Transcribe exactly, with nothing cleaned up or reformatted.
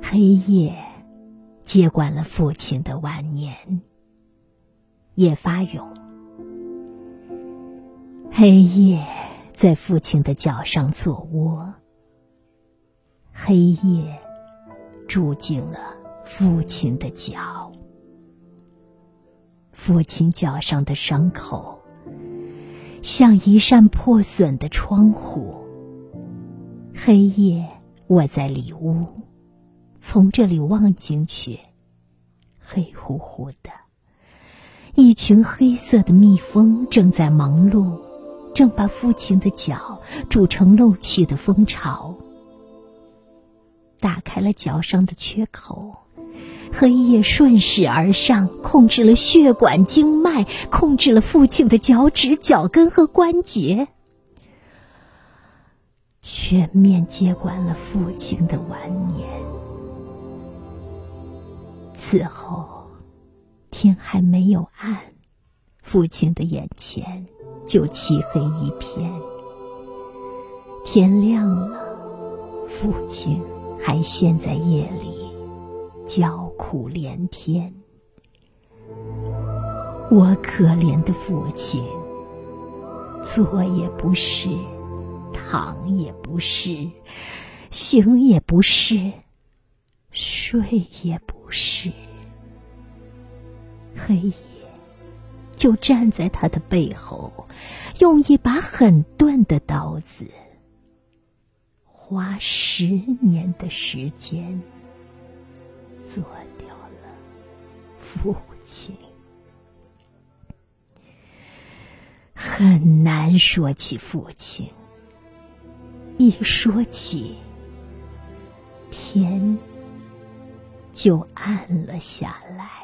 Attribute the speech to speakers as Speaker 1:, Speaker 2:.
Speaker 1: 黑夜接管了父亲的晚年。叶发勇。黑夜在父亲的脚上做窝，黑夜住进了父亲的脚。父亲脚上的伤口像一扇破损的窗户，黑夜卧在里屋，从这里望进去，黑乎乎的，一群黑色的蜜蜂正在忙碌，正把父亲的脚筑成漏气的蜂巢。打开了脚上的缺口，黑夜顺势而上，控制了血管经脉，控制了父亲的脚趾、脚跟和关节，全面接管了父亲的晚年。此后天还没有暗，父亲的眼前就漆黑一片。天亮了，父亲还陷在夜里叫苦连天。我可怜的父亲，坐也不是，躺也不是，行也不是，睡也不是。黑夜就站在他的背后，用一把很钝的刀子，花十年的时间做掉了父亲。很难说起父亲，一说起，天就暗了下来。